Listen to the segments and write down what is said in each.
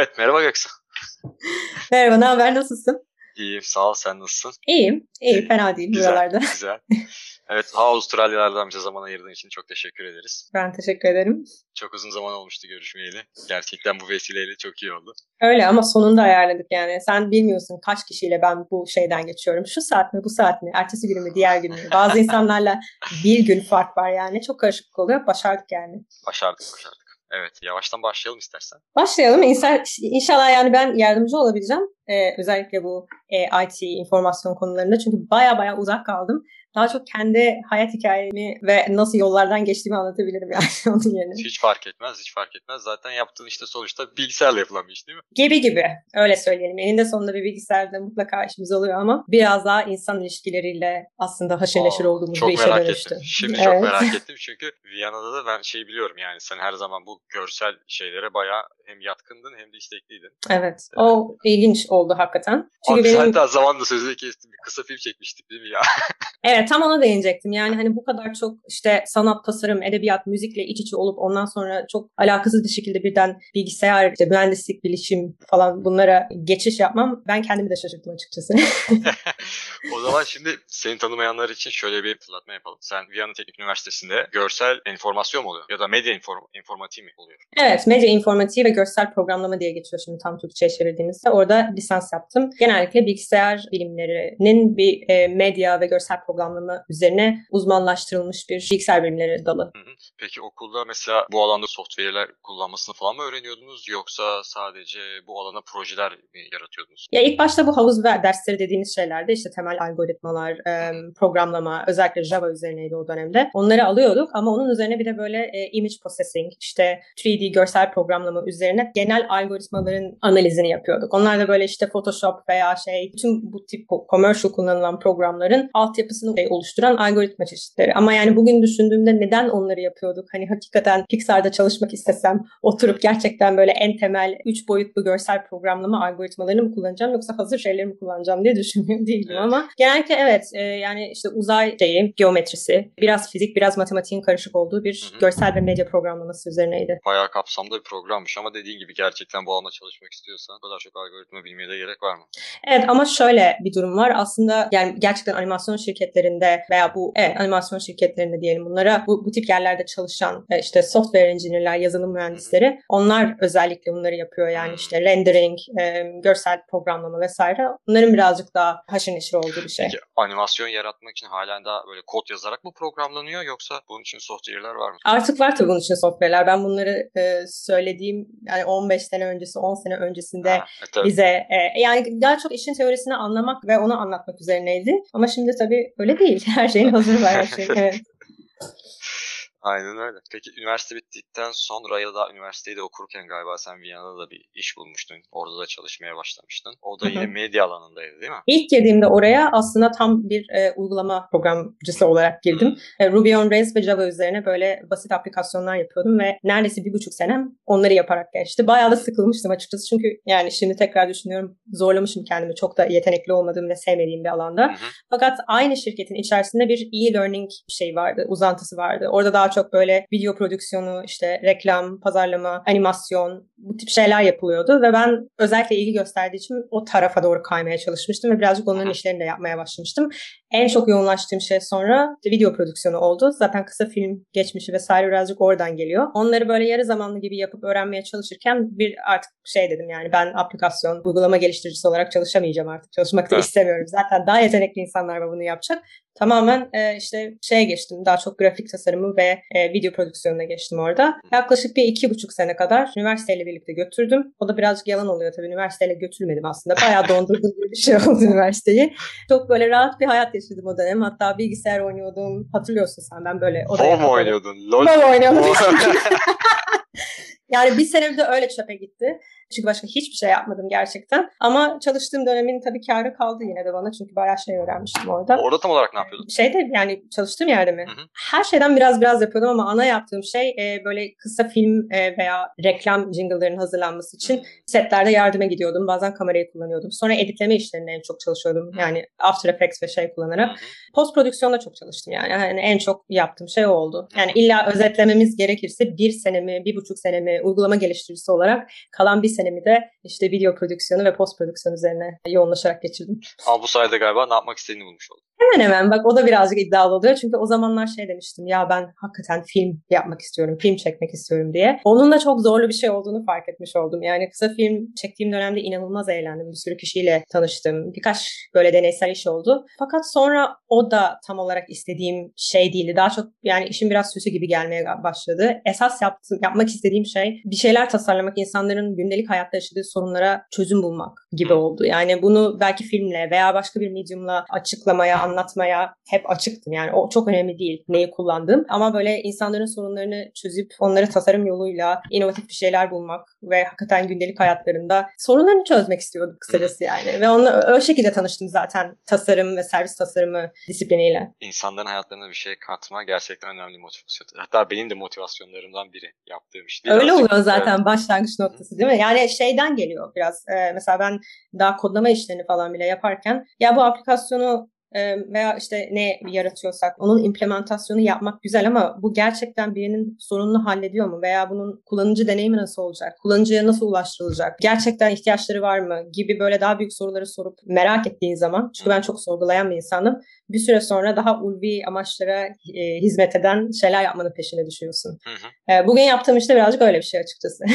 Evet, merhaba Göksu. Merhaba, ne haber? Nasılsın? İyiyim, sağ ol. Sen nasılsın? İyi, fena değil Güzel, buralarda. güzel. Evet, Avustralyalardan bize zaman ayırdığın için çok teşekkür ederiz. Ben teşekkür ederim. Çok uzun zaman olmuştu görüşmeyeli. Gerçekten bu vesileyle çok iyi oldu. Öyle ama sonunda ayarladık yani. Sen bilmiyorsun kaç kişiyle ben bu şeyden geçiyorum. Şu saat mi, bu saat mi, ertesi gün mü, diğer gün mü? Bazı insanlarla bir gün fark var yani. Çok karışık oluyor. Başardık yani. Başardık. Evet, yavaştan başlayalım istersen. Başlayalım. İnşallah yani ben yardımcı olabileceğim. Özellikle bu IT, informasyon konularında. Çünkü baya uzak kaldım. Daha çok kendi hayat hikayemi ve nasıl yollardan geçtiğimi anlatabilirim yani onun yerine. Hiç fark etmez. Zaten yaptığın işte sonuçta bilgisayarla yapılan bir iş değil mi? Gibi. Öyle söyleyelim. Eninde sonunda bir bilgisayarda mutlaka işimiz oluyor ama biraz daha insan ilişkileriyle aslında haşır neşir olduğumuz bir işe dönüştü. Şimdi çok merak ettim çünkü Viyana'da da ben biliyorum yani sen her zaman bu görsel şeylere bayağı hem yatkındın hem de istekliydin. Evet. O ilginç oldu hakikaten. Çünkü benim... Hatta zamanında sözünü kestim. Bir kısa film çekmiştik değil mi ya? Evet, tam ona değinecektim. Yani hani bu kadar çok işte sanat, tasarım, edebiyat, müzikle iç içe olup ondan sonra çok alakasız bir şekilde birden bilgisayar, işte mühendislik, bilişim falan bunlara geçiş yapmam ben kendimi de şaşırttım açıkçası. O zaman şimdi seni tanımayanlar için şöyle bir hatırlatma yapalım. Sen Viyana Teknik Üniversitesi'nde görsel enformasyon mu oluyor? Ya da medya informatiği mi oluyor? Evet, medya informatiği ve görsel programlama diye geçiyor şimdi tam Türkçe'ye çevirdiğimizde. Orada lisans yaptım. Genellikle bilgisayar bilimlerinin bir medya ve görsel programlama üzerine uzmanlaştırılmış bir bilgisayar bilimleri dalı. Peki okulda mesela bu alanda software'ler kullanmasını falan mı öğreniyordunuz yoksa sadece bu alana projeler mi yaratıyordunuz? Ya ilk başta bu havuz dersleri dediğimiz şeylerde işte temel algoritmalar, programlama, özellikle Java üzerineydi o dönemde. Onları alıyorduk ama onun üzerine bir de böyle image processing, işte 3D görsel programlama üzerine genel algoritmaların analizini yapıyorduk. Onlar da böyle işte Photoshop veya bütün bu tip commercial kullanılan programların altyapısını oluşturan algoritma çeşitleri. Ama yani bugün düşündüğümde neden onları yapıyorduk? Hani hakikaten Pixar'da çalışmak istesem oturup gerçekten böyle en temel 3 boyutlu görsel programlama algoritmalarını mı kullanacağım yoksa hazır şeyleri mi kullanacağım diye düşünmüyor değilim ama genellikle evet yani işte uzay geometrisi, biraz fizik, biraz matematiğin karışık olduğu bir görsel ve medya programlaması üzerineydi. Bayağı kapsamlı bir programmış ama dediğin gibi gerçekten bu alanda çalışmak istiyorsan bu kadar çok algoritma bilmeye de gerek var mı? Evet ama şöyle bir durum var. Aslında yani gerçekten animasyon şirketlerinde veya animasyon şirketlerinde diyelim bunlara bu tip yerlerde çalışan işte software engineer'ler, yazılım mühendisleri onlar özellikle bunları yapıyor. Yani işte rendering, görsel programlama vesaire. Bunların birazcık daha haşır neşir olduğu bir şey. Peki animasyon yaratmak için halen daha böyle kod yazarak mı programlanıyor yoksa bunun için software'ler var mı? Artık var tabii bunun için software'ler. Ben bunları söylediğim yani 15 sene öncesi, 10 sene öncesinde bize yani daha çok işin teorisini anlamak ve onu anlatmak üzerineydi. Ama şimdi tabii öyle değil. Her şeyin hazır var her şey. Evet. Aynen öyle. Peki üniversite bittikten sonra ya da üniversiteyi de okurken galiba sen Viyana'da da bir iş bulmuştun. Orada da çalışmaya başlamıştın. O da yine medya alanındaydı değil mi? İlk girdiğimde oraya aslında tam bir uygulama programcısı olarak girdim. Ruby on Rails ve Java üzerine böyle basit aplikasyonlar yapıyordum ve neredeyse 1,5 senem onları yaparak geçti. Bayağı da sıkılmıştım açıkçası çünkü yani şimdi tekrar düşünüyorum zorlamışım kendimi çok da yetenekli olmadığım ve sevmediğim bir alanda. Fakat aynı şirketin içerisinde bir e-learning vardı, uzantısı vardı. Orada daha çok böyle video prodüksiyonu, işte reklam, pazarlama, animasyon bu tip şeyler yapılıyordu ve ben özellikle ilgi gösterdiği için o tarafa doğru kaymaya çalışmıştım ve birazcık onların işlerini de yapmaya başlamıştım. En çok yoğunlaştığım şey sonra video prodüksiyonu oldu. Zaten kısa film geçmişi vesaire birazcık oradan geliyor. Onları böyle yarı zamanlı gibi yapıp öğrenmeye çalışırken bir artık dedim yani ben aplikasyon, uygulama geliştiricisi olarak çalışamayacağım artık. Çalışmak da istemiyorum. Zaten daha yetenekli insanlar var bunu yapacak. Tamamen geçtim. Daha çok grafik tasarımı ve video prodüksiyonuna geçtim orada. Yaklaşık bir 2,5 sene kadar üniversiteyle birlikte götürdüm. O da birazcık yalan oluyor tabii. Üniversiteyle götürmedim aslında. Bayağı dondurdum bir şey oldu üniversiteyi. Çok böyle rahat bir hayat yaşadım o dönem. Hatta bilgisayar oynuyordum. Hatırlıyorsun sen ben böyle odaya kapalı. oynuyordun? LOL oynuyordum. Yani bir sene de öyle çöpe gitti. Çünkü başka hiçbir şey yapmadım gerçekten. Ama çalıştığım dönemin tabii kârı kaldı yine de bana. Çünkü bayağı şey öğrenmiştim orada. Orada tam olarak ne yapıyordun? Yani çalıştığım yerde mi? Her şeyden biraz yapıyordum ama ana yaptığım şey böyle kısa film veya reklam jingle'ların hazırlanması için setlerde yardıma gidiyordum. Bazen kamerayı kullanıyordum. Sonra editleme işlerinde en çok çalışıyordum. Yani After Effects ve kullanarak. Post prodüksiyonda çok çalıştım yani. Yani en çok yaptığım şey o oldu. Yani illa özetlememiz gerekirse 1 senemi, 1,5 senemi uygulama geliştiricisi olarak kalan 1 senemi de işte video prodüksiyonu ve post prodüksiyon üzerine yoğunlaşarak geçirdim. Ama bu sayede galiba ne yapmak istediğini bulmuş oldum. Hemen hemen bak o da birazcık iddialı oluyor. Çünkü o zamanlar şey demiştim ya ben hakikaten film yapmak istiyorum, film çekmek istiyorum diye. Onun da çok zorlu bir şey olduğunu fark etmiş oldum. Yani kısa film çektiğim dönemde inanılmaz eğlendim. Bir sürü kişiyle tanıştım. Birkaç böyle deneysel iş oldu. Fakat sonra o da tam olarak istediğim şey değildi. Daha çok yani işin biraz süsü gibi gelmeye başladı. Esas yapmak istediğim şey bir şeyler tasarlamak, insanların gündelik hayatta yaşadığı sorunlara çözüm bulmak gibi oldu. Yani bunu belki filmle veya başka bir medium'la açıklamaya, anlatmaya hep açıktım. Yani o çok önemli değil neyi kullandığım. Ama böyle insanların sorunlarını çözüp onları tasarım yoluyla inovatif bir şeyler bulmak ve hakikaten gündelik hayatlarında sorunlarını çözmek istiyordum kısacası yani. Ve onunla o şekilde tanıştım zaten tasarım ve servis tasarımı disipliniyle. İnsanların hayatlarına bir şey katma gerçekten önemli motivasyon. Hatta benim de motivasyonlarımdan biri yaptığım iş. Öyle oluyor zaten başlangıç noktası değil mi? Yani şeyden geliyor biraz. Mesela ben daha kodlama işlerini falan bile yaparken ya bu aplikasyonu veya işte ne yaratıyorsak onun implementasyonu yapmak güzel ama bu gerçekten birinin sorununu hallediyor mu? Veya bunun kullanıcı deneyimi nasıl olacak? Kullanıcıya nasıl ulaştırılacak? Gerçekten ihtiyaçları var mı? Gibi böyle daha büyük soruları sorup merak ettiğin zaman, çünkü ben çok sorgulayan bir insanım, bir süre sonra daha ulvi amaçlara hizmet eden şeyler yapmanın peşine düşüyorsun. Bugün yaptığım işte birazcık öyle bir şey açıkçası.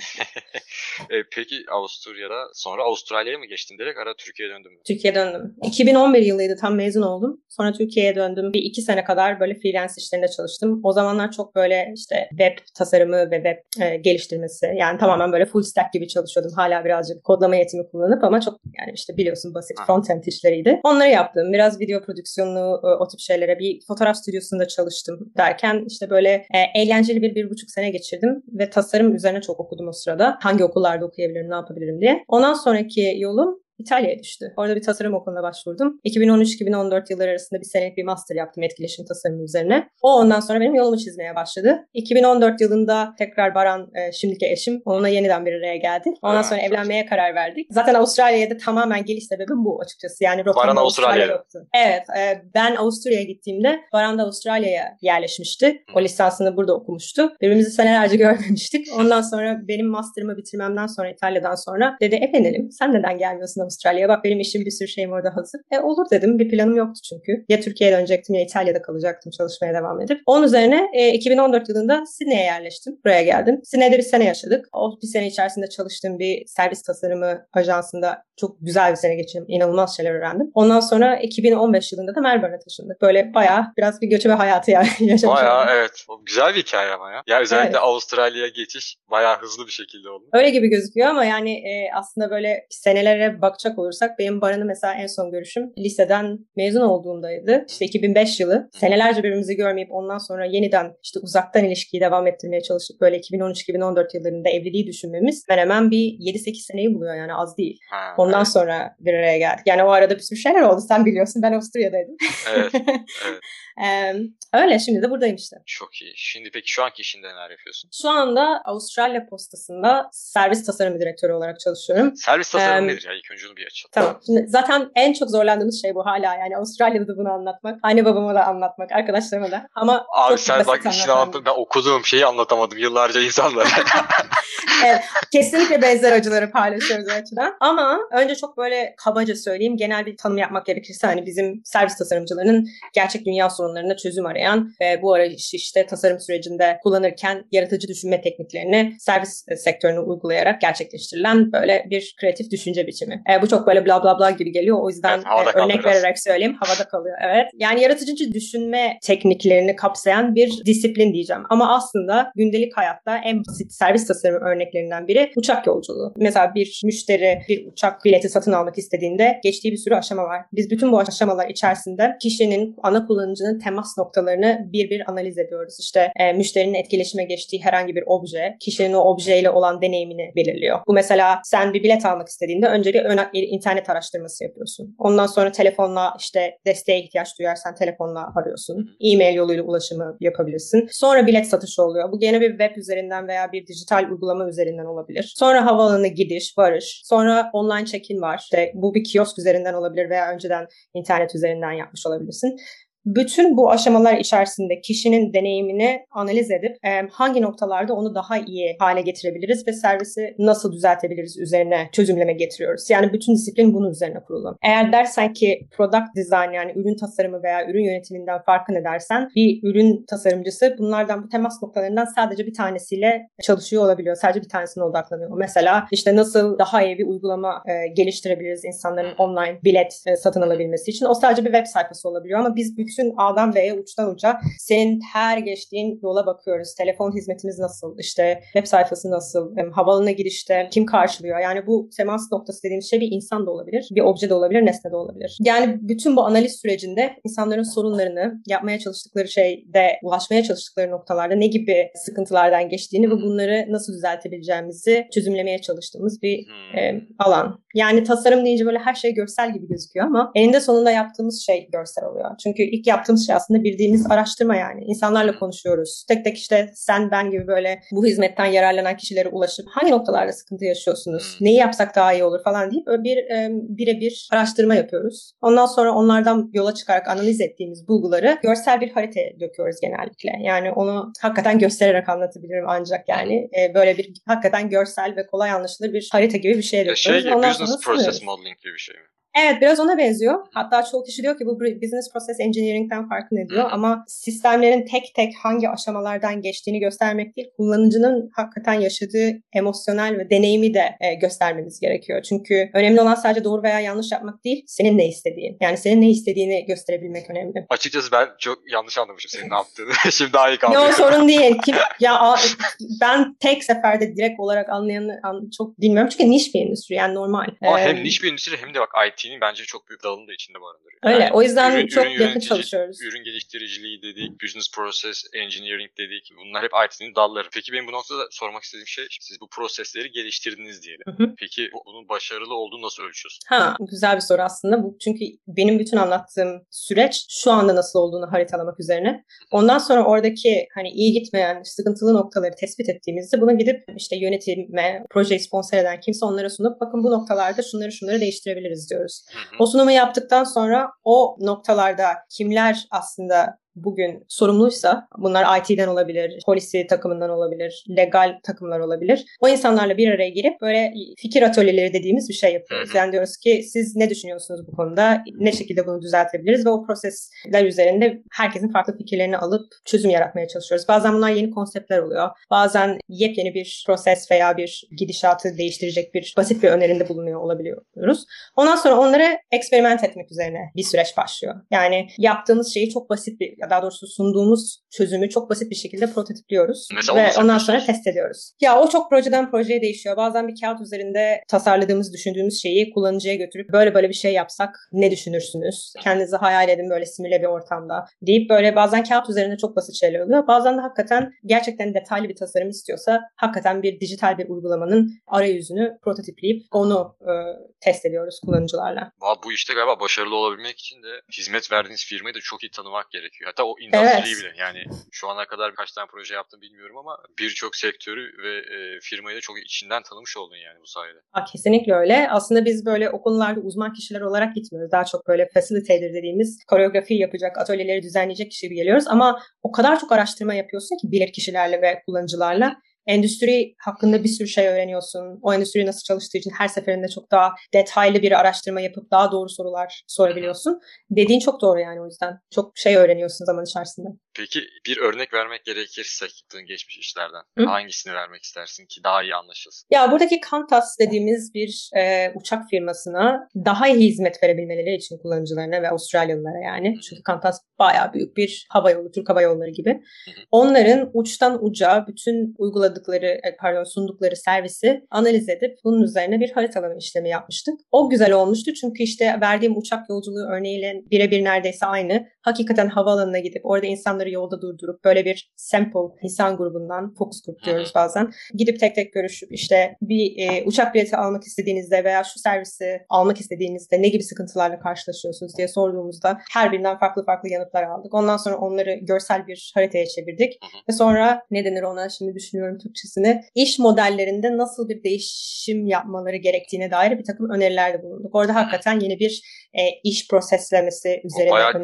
Peki Avusturya'da sonra Avustralya'ya mı geçtin direkt? Ara Türkiye'ye döndün mü? Türkiye'ye döndüm. 2011 yılıydı, tam mezun oldum. Sonra Türkiye'ye döndüm. Bir 2 sene kadar böyle freelance işlerinde çalıştım. O zamanlar çok böyle işte web tasarımı ve web geliştirmesi. Yani tamamen böyle full stack gibi çalışıyordum. Hala birazcık kodlama eğitimi kullanıp ama çok yani işte biliyorsun basit front-end işleriydi. Onları yaptım. Biraz video prodüksiyonu, o tip şeylere, bir fotoğraf stüdyosunda çalıştım derken işte böyle eğlenceli bir buçuk sene geçirdim ve tasarım üzerine çok okudum o sırada. Hangi okullarda okuyabilirim, ne yapabilirim diye. Ondan sonraki yolum İtalya'ya düştü. Orada bir tasarım okuluna başvurdum. 2013-2014 yılları arasında bir senelik bir master yaptım etkileşim tasarımı üzerine. O ondan sonra benim yolumu çizmeye başladı. 2014 yılında tekrar Baran, şimdiki eşim, onunla yeniden bir araya geldik. Ondan sonra evlenmeye karar verdik. Zaten Avustralya'ya da tamamen geliş sebebim bu açıkçası. Yani Baran Avustralya yoktu. Evet. Ben Avusturya'ya gittiğimde Baran da Avustralya'ya yerleşmişti. O lisansını burada okumuştu. Birbirimizi senelerce görmemiştik. Ondan sonra benim master'ımı bitirmemden sonra, İtalya'dan sonra dedi evlenelim. Sen neden gelmiyorsun Avustralya'ya? Bak benim işim, bir sürü şeyim orada hazır. Olur dedim. Bir planım yoktu çünkü. Ya Türkiye'ye dönecektim ya İtalya'da kalacaktım çalışmaya devam edip. Onun üzerine 2014 yılında Sydney'e yerleştim. Buraya geldim. Sydney'de bir sene yaşadık. O bir sene içerisinde çalıştığım bir servis tasarımı ajansında çok güzel bir sene geçirdim. İnanılmaz şeyler öğrendim. Ondan sonra 2015 yılında da Melbourne'e taşındık. Böyle bayağı biraz bir göçebe hayatı yaşamış bayağı oldum. Evet. O güzel bir hikaye ama ya. Ya özellikle Avustralya'ya geçiş bayağı hızlı bir şekilde oldu. Öyle gibi gözüküyor ama yani aslında böyle senelere bakacak olursak benim Baran'ı mesela en son görüşüm liseden mezun olduğumdaydı. İşte 2005 yılı. Senelerce birbirimizi görmeyip ondan sonra yeniden işte uzaktan ilişkiyi devam ettirmeye çalışıp böyle 2013-2014 yıllarında evliliği düşünmemiz hemen bir 7-8 seneyi buluyor, yani az değil. Ondan sonra bir araya geldik. Yani o arada bir sürü şeyler oldu, sen biliyorsun, ben Avusturya'daydım. Evet. Öyle, şimdi de buradayım işte. Çok iyi. Şimdi peki şu anki işinde neler yapıyorsun? Şu anda Avustralya Postası'nda servis tasarımı direktörü olarak çalışıyorum. Servis tasarımı nedir ya? İlk önce onu bir açalım. Tamam. Şimdi zaten en çok zorlandığımız şey bu hala, yani Avustralya'da da bunu anlatmak. Anne babama da anlatmak, arkadaşlarıma da. Ama abi sen bak işini anlattın. Ben okuduğum şeyi anlatamadım yıllarca insanlara. Evet, kesinlikle benzer acıları paylaşıyoruz o açıdan. Ama önce çok böyle kabaca söyleyeyim. Genel bir tanım yapmak gerekirse hani bizim servis tasarımcılarının gerçek dünya sorunlarına çözüm arayan ve bu arayışı işte tasarım sürecinde kullanırken yaratıcı düşünme tekniklerini servis sektörüne uygulayarak gerçekleştirilen böyle bir kreatif düşünce biçimi. Bu çok böyle bla bla bla gibi geliyor. O yüzden örnek vererek söyleyeyim. Havada kalıyor. Evet. Yani yaratıcı düşünme tekniklerini kapsayan bir disiplin diyeceğim. Ama aslında gündelik hayatta en basit servis tasarımı örneklerinden biri uçak yolculuğu. Mesela bir müşteri bir uçak bileti satın almak istediğinde geçtiği bir sürü aşama var. Biz bütün bu aşamalar içerisinde kişinin, ana kullanıcının temas noktalarını bir analiz ediyoruz. İşte müşterinin etkileşime geçtiği herhangi bir obje, kişinin o objeyle olan deneyimini belirliyor. Bu mesela sen bir bilet almak istediğinde önce bir internet araştırması yapıyorsun. Ondan sonra telefonla işte desteğe ihtiyaç duyarsan telefonla arıyorsun. E-mail yoluyla ulaşımı yapabilirsin. Sonra bilet satışı oluyor. Bu gene bir web üzerinden veya bir dijital uygulama üzerinden olabilir. Sonra havaalanına gidiş, varış. Sonra online check-in var. İşte bu bir kiosk üzerinden olabilir veya önceden internet üzerinden yapmış olabilirsin. bütün bu aşamalar içerisinde kişinin deneyimini analiz edip hangi noktalarda onu daha iyi hale getirebiliriz ve servisi nasıl düzeltebiliriz üzerine çözümleme getiriyoruz. Yani bütün disiplin bunun üzerine kurulu. Eğer dersen ki product design, yani ürün tasarımı veya ürün yönetiminden farkı ne dersen, bir ürün tasarımcısı bunlardan, bu temas noktalarından sadece bir tanesiyle çalışıyor olabiliyor. Sadece bir tanesine odaklanıyor. Mesela işte nasıl daha iyi bir uygulama geliştirebiliriz insanların online bilet satın alabilmesi için. O sadece bir web sayfası olabiliyor ama biz bütün A'dan B'ye, uçtan uca senin her geçtiğin yola bakıyoruz. Telefon hizmetimiz nasıl? İşte web sayfası nasıl? Havaalanına girişte kim karşılıyor? Yani bu temas noktası dediğimiz şey bir insan da olabilir, bir obje de olabilir, nesne de olabilir. Yani bütün bu analiz sürecinde insanların sorunlarını, yapmaya çalıştıkları şeyde, ulaşmaya çalıştıkları noktalarda ne gibi sıkıntılardan geçtiğini ve bunları nasıl düzeltebileceğimizi çözümlemeye çalıştığımız bir alan. Yani tasarım deyince böyle her şey görsel gibi gözüküyor ama eninde sonunda yaptığımız şey görsel oluyor. Çünkü ilk yaptığımız şey aslında bildiğimiz araştırma yani. İnsanlarla konuşuyoruz. Tek tek işte sen, ben gibi böyle bu hizmetten yararlanan kişilere ulaşıp hangi noktalarda sıkıntı yaşıyorsunuz, neyi yapsak daha iyi olur falan deyip bir birebir araştırma yapıyoruz. Ondan sonra onlardan yola çıkarak analiz ettiğimiz bulguları görsel bir haritaya döküyoruz genellikle. Yani onu hakikaten göstererek anlatabilirim ancak yani böyle bir hakikaten görsel ve kolay anlaşılır bir harita gibi bir şeye döküyoruz. Ondan business process modeling gibi bir şey mi? Evet, biraz ona benziyor. Hatta çoğu kişi diyor ki bu business process engineering'den farkı ne diyor. Ama sistemlerin tek tek hangi aşamalardan geçtiğini göstermek değil, kullanıcının hakikaten yaşadığı emosyonel ve deneyimi de göstermemiz gerekiyor. Çünkü önemli olan sadece doğru veya yanlış yapmak değil, senin ne istediğin. Yani senin ne istediğini gösterebilmek önemli. Açıkçası ben çok yanlış anlamışım senin ne yaptığını. Şimdi daha iyi kaldı. Yok, sorun değil. Ben tek seferde direkt olarak anlayanı çok bilmiyorum. Çünkü niş bir endüstri, yani normal. Ama hem niş bir endüstri hem de bak IT'nin bence çok büyük dalını da içinde barındırıyor. Öyle. Yani o yüzden çok yakın çalışıyoruz. Ürün geliştiriciliği dedik, business process engineering dedik. Bunlar hep IT'nin dalları. Peki benim bu noktada sormak istediğim şey, siz bu prosesleri geliştirdiniz diyelim. Peki bunun başarılı olduğunu nasıl ölçüyorsun? Güzel bir soru aslında bu. Çünkü benim bütün anlattığım süreç şu anda nasıl olduğunu haritalamak üzerine. Ondan sonra oradaki hani iyi gitmeyen, sıkıntılı noktaları tespit ettiğimizde buna gidip işte yönetime, projeyi sponsor eden kimse onlara sunup bakın bu noktalarda şunları değiştirebiliriz diyoruz. O sunumu yaptıktan sonra o noktalarda kimler aslında bugün sorumluysa, bunlar IT'den olabilir, polisi takımından olabilir, legal takımlar olabilir. O insanlarla bir araya girip böyle fikir atölyeleri dediğimiz bir şey yapıyoruz. Yani diyoruz ki siz ne düşünüyorsunuz bu konuda? Ne şekilde bunu düzeltebiliriz? Ve o prosesler üzerinde herkesin farklı fikirlerini alıp çözüm yaratmaya çalışıyoruz. Bazen bunlar yeni konseptler oluyor. Bazen yepyeni bir proses veya bir gidişatı değiştirecek bir basit bir önerinde bulunuyor olabiliyoruz. Ondan sonra onları eksperiment etmek üzerine bir süreç başlıyor. Yani yaptığımız şeyi çok basit bir, daha doğrusu sunduğumuz çözümü çok basit bir şekilde prototipliyoruz. Mesela ve ondan sonra test ediyoruz. Ya o çok projeden projeye değişiyor. Bazen bir kağıt üzerinde tasarladığımız, düşündüğümüz şeyi kullanıcıya götürüp böyle bir şey yapsak ne düşünürsünüz? Kendinizi hayal edin böyle simüle bir ortamda deyip böyle bazen kağıt üzerinde çok basit şeyler oluyor. Bazen de hakikaten gerçekten detaylı bir tasarım istiyorsa hakikaten bir dijital bir uygulamanın arayüzünü prototipleyip onu test ediyoruz kullanıcılarla. Bu işte galiba başarılı olabilmek için de hizmet verdiğiniz firmayı da çok iyi tanımak gerekiyor. Hatta o endüstriyi bile, yani şu ana kadar birkaç tane proje yaptım bilmiyorum ama birçok sektörü ve firmayı da çok içinden tanımış oldun yani bu sayede. Kesinlikle öyle. Aslında biz böyle o konularda uzman kişiler olarak gitmiyoruz. Daha çok böyle facilitator dediğimiz koreografi yapacak, atölyeleri düzenleyecek kişi gibi geliyoruz. Ama o kadar çok araştırma yapıyorsun ki bilir kişilerle ve kullanıcılarla. Endüstri hakkında bir sürü şey öğreniyorsun. O endüstri nasıl çalıştığı için her seferinde çok daha detaylı bir araştırma yapıp daha doğru sorular sorabiliyorsun. Dediğin çok doğru yani, o yüzden. Çok şey öğreniyorsun zaman içerisinde. Peki bir örnek vermek gerekirse yaptığın geçmiş işlerden hangisini vermek istersin ki daha iyi anlaşılsın? Ya buradaki Qantas dediğimiz bir uçak firmasına daha iyi hizmet verebilmeleri için kullanıcılarına ve Avustralyalılara yani. Çünkü Qantas bayağı büyük bir havayolu, Türk Hava Yolları gibi. Onların uçtan uca bütün sundukları servisi analiz edip bunun üzerine bir haritalama işlemi yapmıştık. O güzel olmuştu çünkü işte verdiğim uçak yolculuğu örneğiyle birebir neredeyse aynı. Hakikaten havaalanına gidip orada insanları yolda durdurup böyle bir sample insan grubundan, focus group diyoruz bazen, gidip tek tek görüşüp işte bir uçak bileti almak istediğinizde veya şu servisi almak istediğinizde ne gibi sıkıntılarla karşılaşıyorsunuz diye sorduğumuzda her birinden farklı yanıtlar aldık. Ondan sonra onları görsel bir haritaya çevirdik. Ve sonra ne denir ona, şimdi düşünüyorum Türkçesini, iş modellerinde nasıl bir değişim yapmaları gerektiğine dair bir takım önerilerde bulunduk. Orada hakikaten yeni bir iş proseslemesi üzerine önerilerde bulunduk.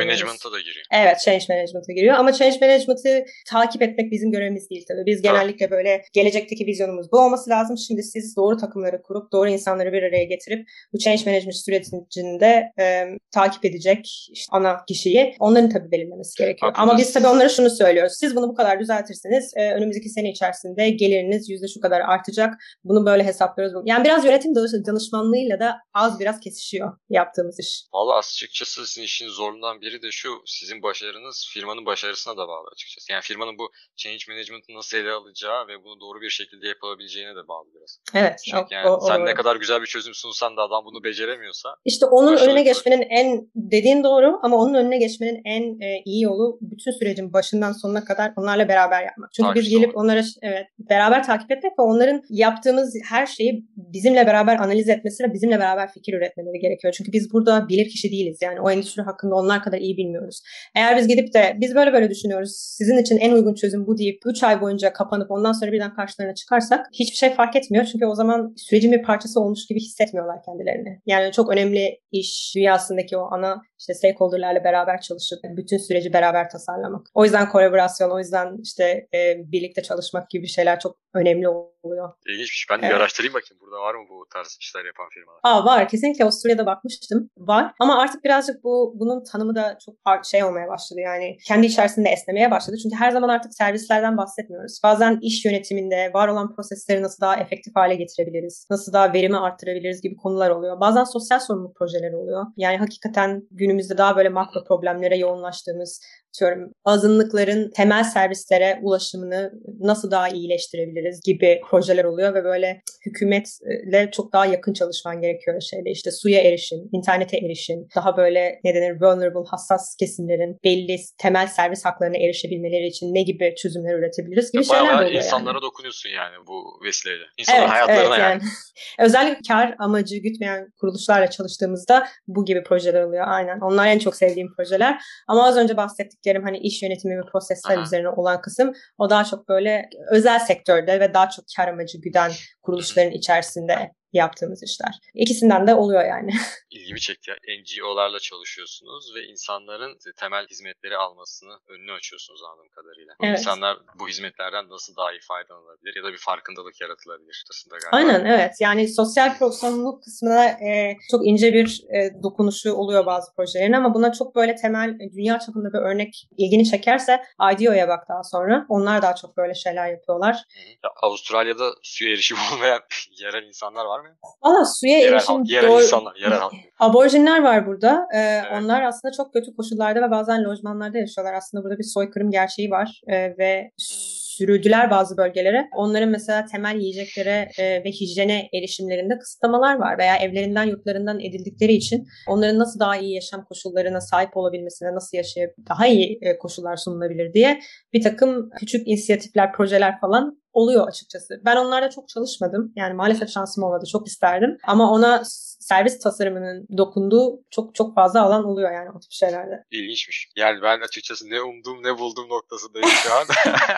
management'a da giriyor. Evet, change management'a giriyor ama change management'ı takip etmek bizim görevimiz değil tabii. Biz genellikle böyle gelecekteki vizyonumuz bu olması lazım. Şimdi siz doğru takımları kurup doğru insanları bir araya getirip bu change management sürecinde takip edecek işte ana kişiyi onların tabii belirlemesi gerekiyor. Ama biz tabii onlara şunu söylüyoruz. Siz bunu bu kadar düzeltirseniz önümüzdeki sene içerisinde geliriniz %şu kadar artacak. Bunu böyle hesaplıyoruz. Yani biraz yönetim danışmanlığıyla da az biraz kesişiyor yaptığımız iş. Vallahi açıkçası sizin işin zorluğundan biri de şu, sizin başarınız firmanın başarısına da bağlı açıkçası. Yani firmanın bu change management'ı nasıl ele alacağı ve bunu doğru bir şekilde yapabileceğine de bağlı biraz. Evet. Çünkü yani sen ne kadar güzel bir çözüm sunsan da adam bunu beceremiyorsa. İşte onun önüne geçmenin dediğin doğru ama onun önüne geçmenin en iyi yolu bütün sürecin başından sonuna kadar onlarla beraber yapmak. Çünkü biz gelip onlara beraber takip etmek ve onların yaptığımız her şeyi bizimle beraber analiz etmesi ve bizimle beraber fikir üretmeleri gerekiyor. Çünkü biz burada bilir kişi değiliz. Yani o endüstri hakkında onlar kadar iyi bilmiyoruz. Eğer biz gidip de biz böyle düşünüyoruz, sizin için en uygun çözüm bu deyip 3 ay boyunca kapanıp ondan sonra birden karşılarına çıkarsak hiçbir şey fark etmiyor. Çünkü o zaman sürecin bir parçası olmuş gibi hissetmiyorlar kendilerini. Yani çok önemli iş dünyasındaki o ana işte stakeholder'larla beraber çalışıp bütün süreci beraber tasarlamak. O yüzden kolaborasyon, o yüzden işte birlikte çalışmak gibi şeyler çok önemli oluyor. İlginçmiş. Ben de bir araştırayım bakayım. Burada var mı bu tarz işler yapan firmalar? Var. Kesinlikle Avusturya'da bakmıştım. Var. Ama artık birazcık bunun tanımı da çok olmaya başladı. Yani kendi içerisinde esnemeye başladı. Çünkü her zaman artık servislerden bahsetmiyoruz. Bazen iş yönetiminde var olan prosesleri nasıl daha efektif hale getirebiliriz, nasıl daha verimi arttırabiliriz gibi konular oluyor. Bazen sosyal sorumluluk projeleri oluyor. Yani hakikaten günümüzde daha böyle makro problemlere yoğunlaştığımız, azınlıkların temel servislere ulaşımını nasıl daha iyileştirebiliriz gibi projeler oluyor ve böyle hükümetle çok daha yakın çalışman gerekiyor şeyde. İşte suya erişim, internete erişim, daha böyle vulnerable, hassas kesimlerin belli temel servis haklarına erişebilmeleri için ne gibi çözümler üretebiliriz gibi şeyler oluyor. Bayağı insanlara dokunuyorsun yani bu vesileyle. İnsanların hayatlarına yani. Özellikle kar amacı gütmeyen kuruluşlarla çalıştığımızda bu gibi projeler oluyor. Aynen. Onlar en çok sevdiğim projeler. Ama az önce bahsettiklerim hani iş yönetimi ve prosesler üzerine olan kısım o daha çok böyle özel sektörde ve daha çok kar amacı güden kuruluşların içerisinde yaptığımız işler. İkisinden de oluyor yani. İlgimi çekti ya. NGO'larla çalışıyorsunuz ve insanların temel hizmetleri almasını önünü açıyorsunuz anladığım kadarıyla. Evet. İnsanlar bu hizmetlerden nasıl daha iyi faydalanabilir ya da bir farkındalık yaratılabilir aslında galiba. Aynen evet. Yani sosyal sorumluluk kısmına çok ince bir dokunuşu oluyor bazı projelerin ama buna çok böyle temel dünya çapında bir örnek ilgini çekerse IDEO'ya bak daha sonra. Onlar daha çok böyle şeyler yapıyorlar. Ya, Avustralya'da suya erişim olmayan yerel insanlar var mı? Valla suya erişim yerel insanlar, yerel halk. Aborjinler var burada. Evet. Onlar aslında çok kötü koşullarda ve bazen lojmanlarda yaşıyorlar. Aslında burada bir soykırım gerçeği var ve sürüldüler bazı bölgelere. Onların mesela temel yiyeceklere ve hijyene erişimlerinde kısıtlamalar var veya evlerinden, yurtlarından edildikleri için onların nasıl daha iyi yaşam koşullarına sahip olabilmesine, nasıl daha iyi koşullar sunulabilir diye bir takım küçük inisiyatifler, projeler falan oluyor açıkçası. Ben onlarda çok çalışmadım. Yani maalesef şansım olmadı. Çok isterdim. Ama ona servis tasarımının dokunduğu çok fazla alan oluyor yani o tip şeylerde. İlginçmiş. Yani ben açıkçası ne umduğum ne buldum noktasındayım şu an.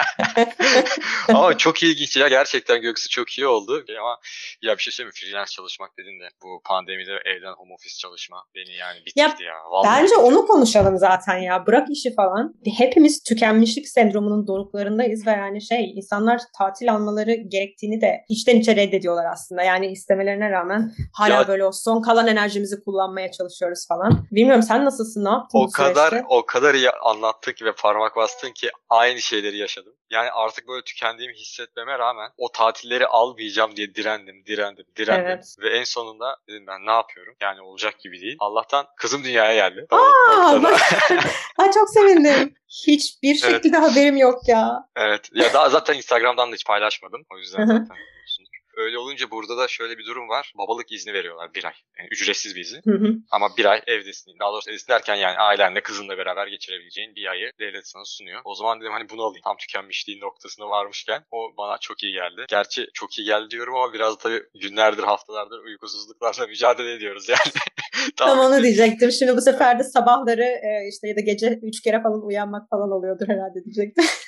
Ama çok ilginç ya. Gerçekten Göksu çok iyi oldu. Ama ya bir şey söyleyeyim mi? Freelance çalışmak dedin de bu pandemide evden home office çalışma beni yani bitirdi ya. Vallahi bence bitirdi. Onu konuşalım zaten ya. Bırak işi falan. Hepimiz tükenmişlik sendromunun doruklarındayız ve yani insanlar tatil almaları gerektiğini de içten içe reddediyorlar aslında. Yani istemelerine rağmen hala böyle o son kalan enerjimizi kullanmaya çalışıyoruz falan. Bilmiyorum sen nasılsın? Ne yaptın bu süreçte? O kadar iyi anlattın ki ve parmak bastın ki aynı şeyleri yaşadım. Yani artık böyle tükendiğimi hissetmeme rağmen o tatilleri almayacağım diye direndim. Evet. Ve en sonunda dedim ben ne yapıyorum? Yani olacak gibi değil. Allah'tan kızım dünyaya geldi. Çok sevindim. Hiçbir şekilde haberim yok ya. Evet. Ya daha zaten Instagram'dan da hiç paylaşmadım. O yüzden zaten öyle olunca burada da şöyle bir durum var. Babalık izni veriyorlar 1 ay. Yani ücretsiz bir izin. Ama 1 ay evdesin. Daha doğrusu evdesin derken yani ailenle kızınla beraber geçirebileceğin bir ayı devlet sana sunuyor. O zaman dedim hani bunu alayım. Tam tükenmişliğin noktasına varmışken o bana çok iyi geldi. Gerçi çok iyi geldi diyorum ama biraz tabii günlerdir haftalardır uykusuzluklarla mücadele ediyoruz yani. Tam onu diyecektim. Şimdi bu sefer de sabahları ya da gece 3 kere falan uyanmak falan oluyordur herhalde diyecektim.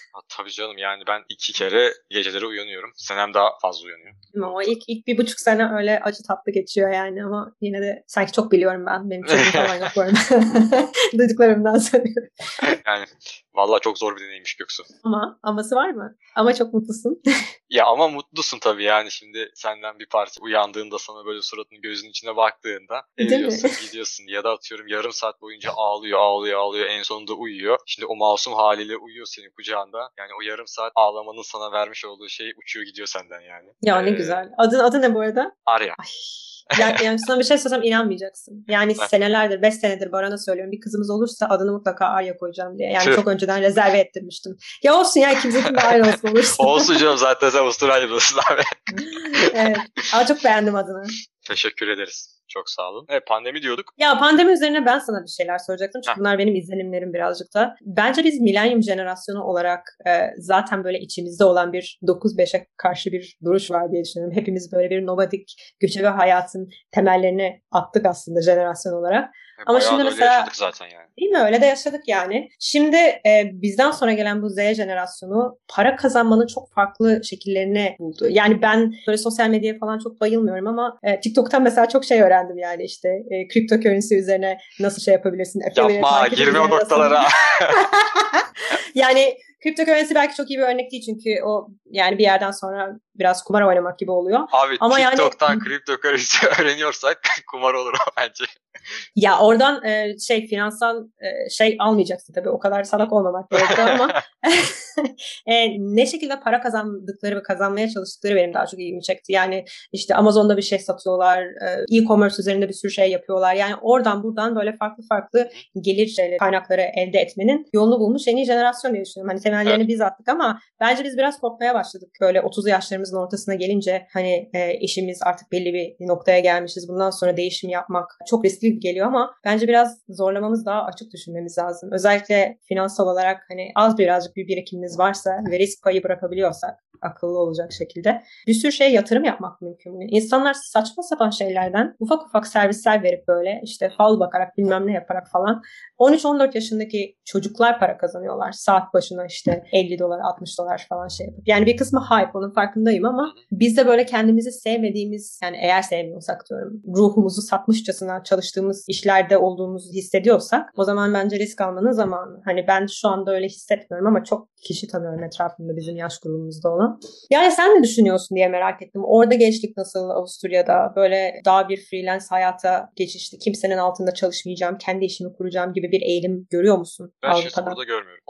Ha, tabii canım, yani ben 2 kere geceleri uyanıyorum. Senem daha fazla uyanıyor. Ama ilk 1,5 sene öyle acı tatlı geçiyor yani, ama yine de sanki çok biliyorum ben. Benim çocuğum falan yok bu arada. Duyduklarımdan söylüyorum. Yani vallahi çok zor bir deneyimmiş Göksu. Aması var mı? Ama çok mutlusun. Ya ama mutlusun tabii, yani şimdi senden bir parça uyandığında sana böyle suratının gözünün içine baktığında Değil mi? eriyorsun, gidiyorsun, ya da atıyorum yarım saat boyunca ağlıyor ağlıyor ağlıyor, en sonunda uyuyor. Şimdi o masum haliyle uyuyor senin kucağında. Yani o yarım saat ağlamanın sana vermiş olduğu şey uçuyor gidiyor senden yani. Ya ne güzel. Adı ne bu arada? Arya. Ay. Yani sana bir şey söylesem inanmayacaksın. Yani senelerdir, 5 senedir Baran'a söylüyorum. Bir kızımız olursa adını mutlaka Arya koyacağım diye. Yani çok önceden rezerve ettirmiştim. Ya olsun ya, ikimizin de aynı olsun olursa. Olsun canım, zaten sen Avustralya'dasın abi. Evet. Ama çok beğendim adını. Teşekkür ederiz. Çok sağ olun. Evet, pandemi diyorduk. Ya pandemi üzerine ben sana bir şeyler soracaktım. Çünkü bunlar benim izlenimlerim birazcık da. Bence biz milenyum jenerasyonu olarak zaten böyle içimizde olan bir 9-5'e karşı bir duruş var diye düşünüyorum. Hepimiz böyle bir nomadik, göçebe hayatın temellerini attık aslında jenerasyon olarak. Ama bayağı şimdi da mesela, öyle yaşadık zaten yani. Değil mi? Öyle de yaşadık yani. Şimdi bizden sonra gelen bu Z jenerasyonu para kazanmanın çok farklı şekillerini buldu. Yani ben böyle sosyal medyaya falan çok bayılmıyorum ama TikTok'tan mesela çok şey öğrendim yani, işte cryptocurrency üzerine nasıl şey yapabilirsin. Yapma, girme o noktalara. Yani cryptocurrency belki çok iyi bir örnek değil, çünkü o yani bir yerden sonra biraz kumar oynamak gibi oluyor. Abi ama TikTok'tan yani, cryptocurrency öğreniyorsak kumar olur o bence. Ya oradan finansal şey almayacaksın tabii, o kadar salak olmamak gerekiyor ama ne şekilde para kazandıkları ve kazanmaya çalıştıkları benim daha çok ilgimi çekti. Yani işte Amazon'da bir şey satıyorlar, e-commerce üzerinde bir sürü şey yapıyorlar. Yani oradan buradan böyle farklı farklı gelir kaynakları elde etmenin yolunu bulmuş en iyi jenerasyon diye düşünüyorum. Hani temellerini biz attık ama bence biz biraz korkmaya başladık. Böyle 30'lu yaşlarımızın ortasına gelince hani işimiz artık belli bir noktaya gelmişiz. Bundan sonra değişim yapmak çok riskli geliyor ama bence biraz zorlamamız, daha açık düşünmemiz lazım. Özellikle finansal olarak hani az birazcık bir birikimimiz varsa ve risk payı bırakabiliyorsak akıllı olacak şekilde bir sürü şeye yatırım yapmak mümkün. İnsanlar saçma sapan şeylerden ufak ufak servisler verip böyle işte fal bakarak bilmem ne yaparak falan 13-14 yaşındaki çocuklar para kazanıyorlar. Saat başına işte $50, $60 falan şey yapıp. Yani bir kısmı hype, onun farkındayım ama biz de böyle kendimizi sevmediğimiz, yani eğer sevmiyorsak diyorum, ruhumuzu satmışçasına çalıştığımız işlerde olduğumuzu hissediyorsak o zaman bence risk almanın zamanı. Hani ben şu anda öyle hissetmiyorum ama çok kişi tanıyorum etrafımda bizim yaş grubumuzda olan. Yani sen ne düşünüyorsun diye merak ettim. Orada gençlik nasıl Avusturya'da? Böyle daha bir freelance hayata geçişti. Kimsenin altında çalışmayacağım, kendi işimi kuracağım gibi bir eğilim görüyor musun? Ben şahsen burada görmüyorum.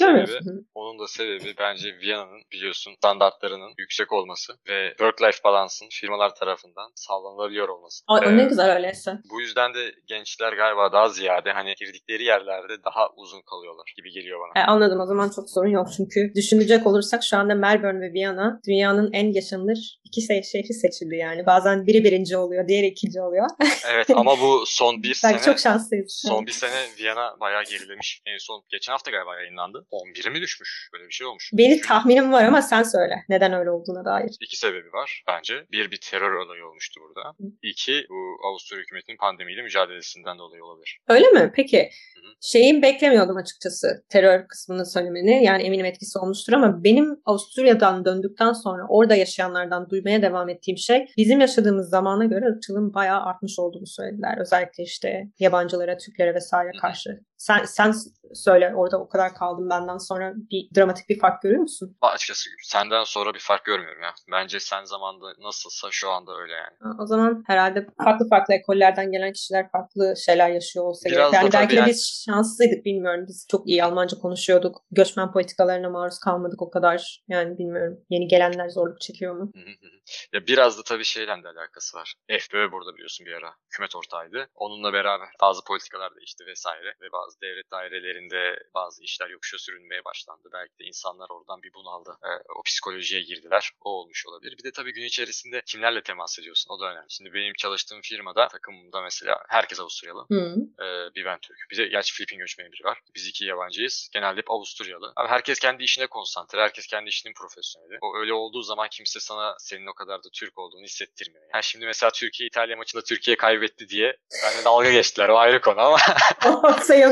Onun da sebebi bence Viyana'nın biliyorsun standartlarının yüksek olması ve work-life balansın firmalar tarafından sağlanabiliyor olması. Ne güzel öyleyse. Bu yüzden de gençler galiba daha ziyade hani girdikleri yerlerde daha uzun kalıyorlar gibi geliyor bana. Anladım, o zaman çok sorun yok çünkü düşünecek olursak şu anda Melbourne ve Viyana dünyanın en yaşanılır iki şehri seçildi yani. Bazen biri birinci oluyor, diğeri ikinci oluyor. Evet ama bu son bir sene. Belki çok şanslıyız. Son bir sene Viyana bayağı gerilemiş. En son geçen hafta galiba yayınlandı. 11'e mi düşmüş? Böyle bir şey olmuş. Benim tahminim var ama sen söyle. Neden öyle olduğuna dair. 2 sebebi var bence. Bir terör olayı olmuştu burada. 2, bu Avusturya hükümetinin pandemiyle mücadelesinden dolayı olabilir. Öyle mi? Peki. Şeyi beklemiyordum açıkçası, terör kısmını söylemeni. Yani eminim etkisi olmuştur ama benim Avusturya'dan döndükten sonra orada yaşayanlardan duymaya devam ettiğim şey, bizim yaşadığımız zamana göre ırkçılığın bayağı artmış olduğunu söylediler. Özellikle işte yabancılara, Türklere vesaire karşı. Sen söyle, orada o kadar kaldım benden sonra, bir dramatik bir fark görüyor musun? Açıkçası senden sonra bir fark görmüyorum ya. Bence sen zamanında nasılsa şu anda öyle yani. O zaman herhalde farklı ekollerden gelen kişiler farklı şeyler yaşıyor olsa gerek. Yani belki de biz şanslıydık, bilmiyorum. Biz çok iyi Almanca konuşuyorduk. Göçmen politikalarına maruz kalmadık o kadar. Yani bilmiyorum. Yeni gelenler zorluk çekiyor mu? Ya biraz da tabii şeyle de alakası var. FPÖ burada biliyorsun bir ara hükümet ortağıydı. Onunla beraber bazı politikalar değişti vesaire ve bazı devlet dairelerinde bazı işler yokuşa sürülmeye başlandı. Belki de insanlar oradan bir bunaldı. O psikolojiye girdiler. O olmuş olabilir. Bir de tabii gün içerisinde kimlerle temas ediyorsun? O da önemli. Şimdi benim çalıştığım firmada, takımımda mesela herkes Avusturyalı. Bir ben Türk. Bir de gerçi Filipin göçmeni biri var. Biz 2 yabancıyız. Genelde hep Avusturyalı. Abi herkes kendi işine konsantre. Herkes kendi işinin profesyoneli. O öyle olduğu zaman kimse sana senin o kadar da Türk olduğunu hissettirmiyor. Yani şimdi mesela Türkiye-İtalya maçında Türkiye kaybetti diye benimle dalga geçtiler. O ayrı konu ama.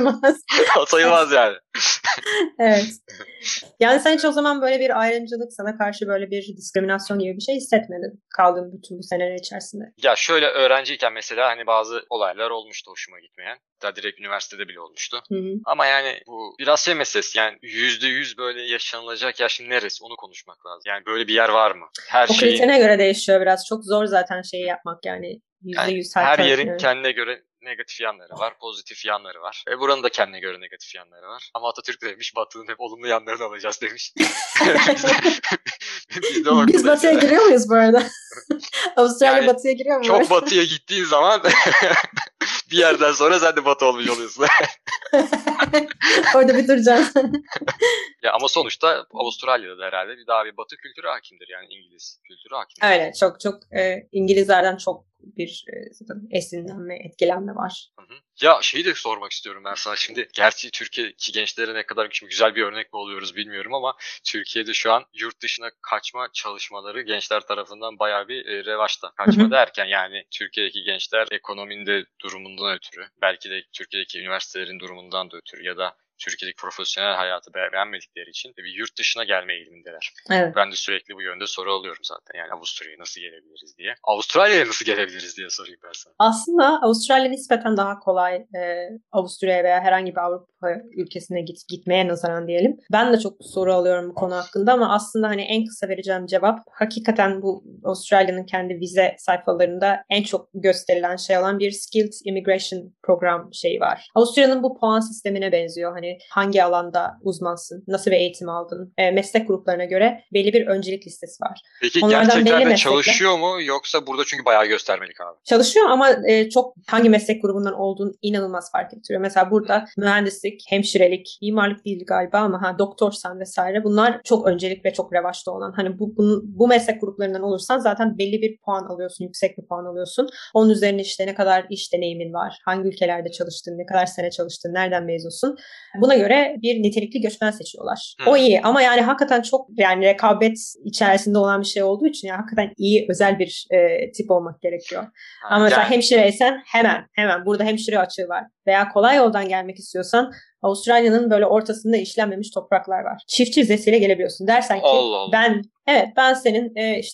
sayılmaz. O sayılmaz yani. Evet. Yani sen hiç o zaman böyle bir ayrımcılık, sana karşı böyle bir diskriminasyon gibi bir şey hissetmedin kaldığın bütün bu seneler içerisinde. Ya şöyle, öğrenciyken mesela hani bazı olaylar olmuştu hoşuma gitmeyen. Daha direkt üniversitede bile olmuştu. Hı-hı. Ama yani bu biraz şey meselesi, yani %100 böyle yaşanılacak yaş neresi, onu konuşmak lazım. Yani böyle bir yer var mı? Her O şeyin, kriterine göre değişiyor biraz. Çok zor zaten şeyi yapmak yani. yani %100 her hatta. yerin Evet. kendine göre negatif yanları var, pozitif yanları var. Buranın da kendine göre negatif yanları var. Ama Atatürk de demiş, Batı'nın hep olumlu yanlarını alacağız demiş. biz de o Biz noktadayız batıya yani. giriyor muyuz bu arada? Avustralya Yani batıya giriyor mu? çok batıya gittiğin zaman bir yerden sonra sen de batı olmuş oluyorsun. Orada bir duracaksın. Ya ama sonuçta Avustralya'da da herhalde daha bir batı kültürü hakimdir, yani İngiliz kültürü hakimdir. Öyle çok İngilizlerden çok bir esinlenme, etkilenme var. Hı hı. Ya şeyi de sormak istiyorum ben sana şimdi. Gerçi Türkiye'deki gençlere ne kadar şimdi güzel bir örnek mi oluyoruz bilmiyorum ama Türkiye'de şu an yurt dışına kaçma çalışmaları gençler tarafından bayağı bir revaçta. Kaçma derken yani Türkiye'deki gençler ekonominin de durumundan ötürü, belki de Türkiye'deki üniversitelerin durumundan da ötürü ya da Türkiye'deki profesyonel hayatı beğenmedikleri için bir yurt dışına gelme eğilimindeler. Evet. Ben de sürekli bu yönde soru alıyorum zaten. Yani Avusturya'ya nasıl gelebiliriz diye. Avustralya'ya nasıl gelebiliriz diye sorayım ben sana. Aslında Avustralya nispeten daha kolay Avusturya'ya veya herhangi bir Avrupa ülkesine gitmeye nazaran diyelim. Ben de çok soru alıyorum bu konu hakkında ama aslında hani en kısa vereceğim cevap hakikaten bu Avustralya'nın kendi vize sayfalarında en çok gösterilen şey olan bir Skilled Immigration program şeyi var. Avusturya'nın bu puan sistemine benziyor. Hani hangi alanda uzmansın, nasıl bir eğitim aldın, meslek gruplarına göre belli bir öncelik listesi var. Peki Onlardan gerçekten belli de meslekler çalışıyor mu, yoksa burada çünkü bayağı göstermelik abi? çalışıyor ama çok hangi meslek grubundan olduğunu inanılmaz fark ettiriyor. Mesela burada mühendislik, hemşirelik, mimarlık değil galiba ama doktorsan vesaire bunlar çok öncelik ve çok revaçta olan. Hani bu meslek gruplarından olursan zaten belli bir puan alıyorsun, yüksek bir puan alıyorsun. Onun üzerine işte ne kadar iş deneyimin var, hangi ülkelerde çalıştın, ne kadar sene çalıştın, nereden mezunsun. Buna göre bir nitelikli göçmen seçiyorlar. O iyi ama yani hakikaten çok yani rekabet içerisinde olan bir şey olduğu için yani hakikaten iyi özel bir tip olmak gerekiyor. Ama mesela hemşireysen hemen burada hemşire açığı var. Veya kolay yoldan gelmek istiyorsan Avustralya'nın böyle ortasında işlenmemiş topraklar var. Çiftçi vizesiyle gelebiliyorsun. Dersen ki ben senin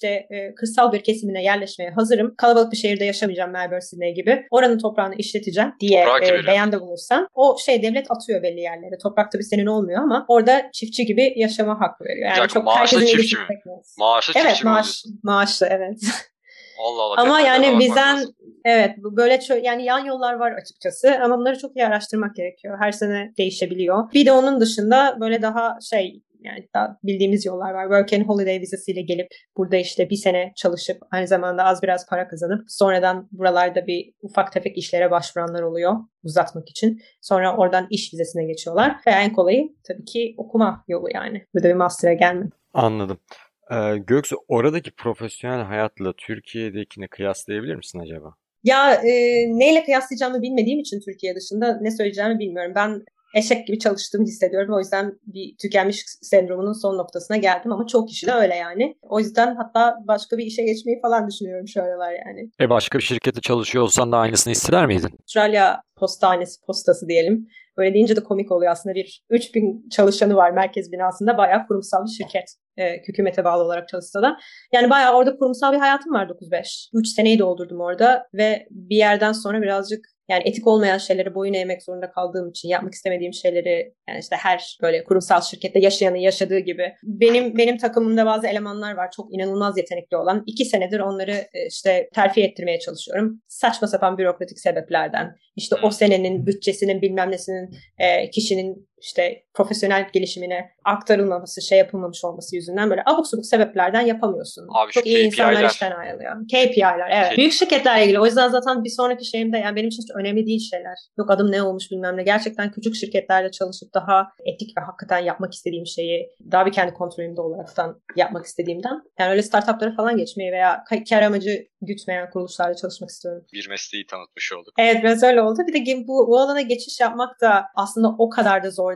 kırsal bir kesimine yerleşmeye hazırım. Kalabalık bir şehirde yaşamayacağım, Melbourne, Sydney gibi. Oranın toprağını işleteceğim diye beyanda bulursan o devlet atıyor belli yerlere. Toprak tabii senin olmuyor ama orada çiftçi gibi yaşama hakkı veriyor. Yani çok maaşlı çiftçi mi? Maaşlı çiftçi mi oluyorsun? Maaşlı evet. Allah Allah. Ama yani vizen evet böyle yani yan yollar var açıkçası ama bunları çok iyi araştırmak gerekiyor. Her sene değişebiliyor. Bir de onun dışında böyle daha yani daha bildiğimiz yollar var. Work and Holiday vizesiyle gelip burada işte bir sene çalışıp aynı zamanda az biraz para kazanıp sonradan buralarda bir ufak tefek işlere başvuranlar oluyor uzatmak için. Sonra oradan iş vizesine geçiyorlar. Ve en kolayı tabii ki okuma yolu yani. Burada bir master'a gelme. Anladım. Göksu, oradaki profesyonel hayatla Türkiye'dekini kıyaslayabilir misin acaba? Ya neyle kıyaslayacağımı bilmediğim için Türkiye dışında ne söyleyeceğimi bilmiyorum. Ben eşek gibi çalıştığımı hissediyorum. O yüzden bir tükenmiş sendromunun son noktasına geldim ama çok kişi de öyle yani. O yüzden hatta başka bir işe geçmeyi falan düşünüyorum şu aralar yani. Başka bir şirkette çalışıyor olsan da aynısını hisseder miydin? Avustralya postası diyelim. Böyle deyince de komik oluyor aslında. 3000 çalışanı var merkez binasında. Bayağı kurumsal bir şirket. Hükümete bağlı olarak çalışsa da. Yani bayağı orada kurumsal bir hayatım var 9-5. 3 seneyi doldurdum orada ve bir yerden sonra birazcık yani etik olmayan şeylere boyun eğmek zorunda kaldığım için yapmak istemediğim şeyleri yani işte her böyle kurumsal şirkette yaşayanın yaşadığı gibi. Benim takımımda bazı elemanlar var çok inanılmaz yetenekli olan. 2 senedir onları işte terfi ettirmeye çalışıyorum. Saçma sapan bürokratik sebeplerden. İşte o senenin bütçesinin bilmem nesinin kişinin işte profesyonel gelişimine aktarılmaması, yapılmamış olması yüzünden böyle abuk subuk sebeplerden yapamıyorsun. Abi çok iyi insanlar işten ayrılıyor. KPI'ler evet. Büyük şirketlerle ilgili. O yüzden zaten bir sonraki şeyimde yani benim için hiç önemli değil şeyler. Yok adım ne olmuş bilmem ne. Gerçekten küçük şirketlerle çalışıp daha etik ve hakikaten yapmak istediğim şeyi daha bir kendi kontrolümde olaraktan yapmak istediğimden. Yani öyle startuplara falan geçmeyi veya kar amacı gütmeyen kuruluşlarla çalışmak istiyorum. Bir mesleği tanıtmış olduk. Evet biraz öyle oldu. Bir de bu alana geçiş yapmak da aslında o kadar da zor değil.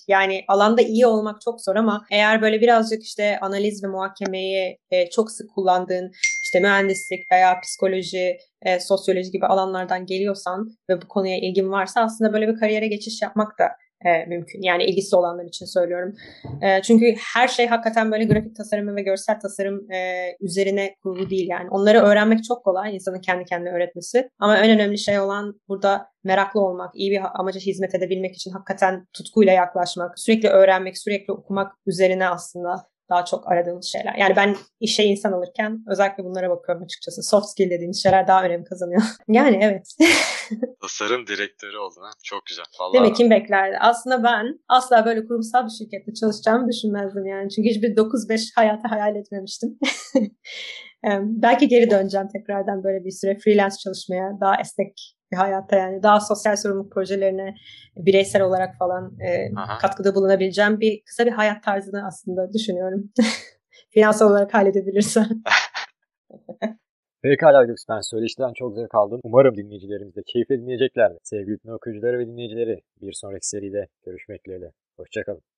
Yani alanda iyi olmak çok zor ama eğer böyle birazcık işte analiz ve muhakemeyi çok sık kullandığın işte mühendislik veya psikoloji, sosyoloji gibi alanlardan geliyorsan ve bu konuya ilgin varsa aslında böyle bir kariyere geçiş yapmak da mümkün. Yani ilgisi olanlar için söylüyorum. Çünkü her şey hakikaten böyle grafik tasarım ve görsel tasarım üzerine kurulu değil yani. Onları öğrenmek çok kolay, insanın kendi kendine öğretmesi. Ama en önemli şey olan burada meraklı olmak, iyi bir amaca hizmet edebilmek için hakikaten tutkuyla yaklaşmak, sürekli öğrenmek, sürekli okumak üzerine aslında daha çok aradığımız şeyler. Yani ben işe insan alırken özellikle bunlara bakıyorum açıkçası. Soft skill dediğimiz şeyler daha önem kazanıyor. Yani evet. Tasarım direktörü oldun ha. Çok güzel. Vallahi... Değil mi? Kim beklerdi? Aslında ben asla böyle kurumsal bir şirkette çalışacağımı düşünmezdim yani. Çünkü hiçbir 9-5 hayatı hayal etmemiştim. Belki geri döneceğim tekrardan böyle bir süre freelance çalışmaya. Daha esnek bir hayatta yani. Daha sosyal sorumluluk projelerine bireysel olarak falan katkıda bulunabileceğim kısa bir hayat tarzını aslında düşünüyorum. Finansal olarak halledebilirsem. Pekala Göksu, ben söyleşiden çok zevk aldım. Umarım dinleyicilerimiz de keyifle dinleyeceklerdir. Sevgili okuyucuları ve dinleyicileri, bir sonraki seride görüşmek dileğiyle. Hoşçakalın.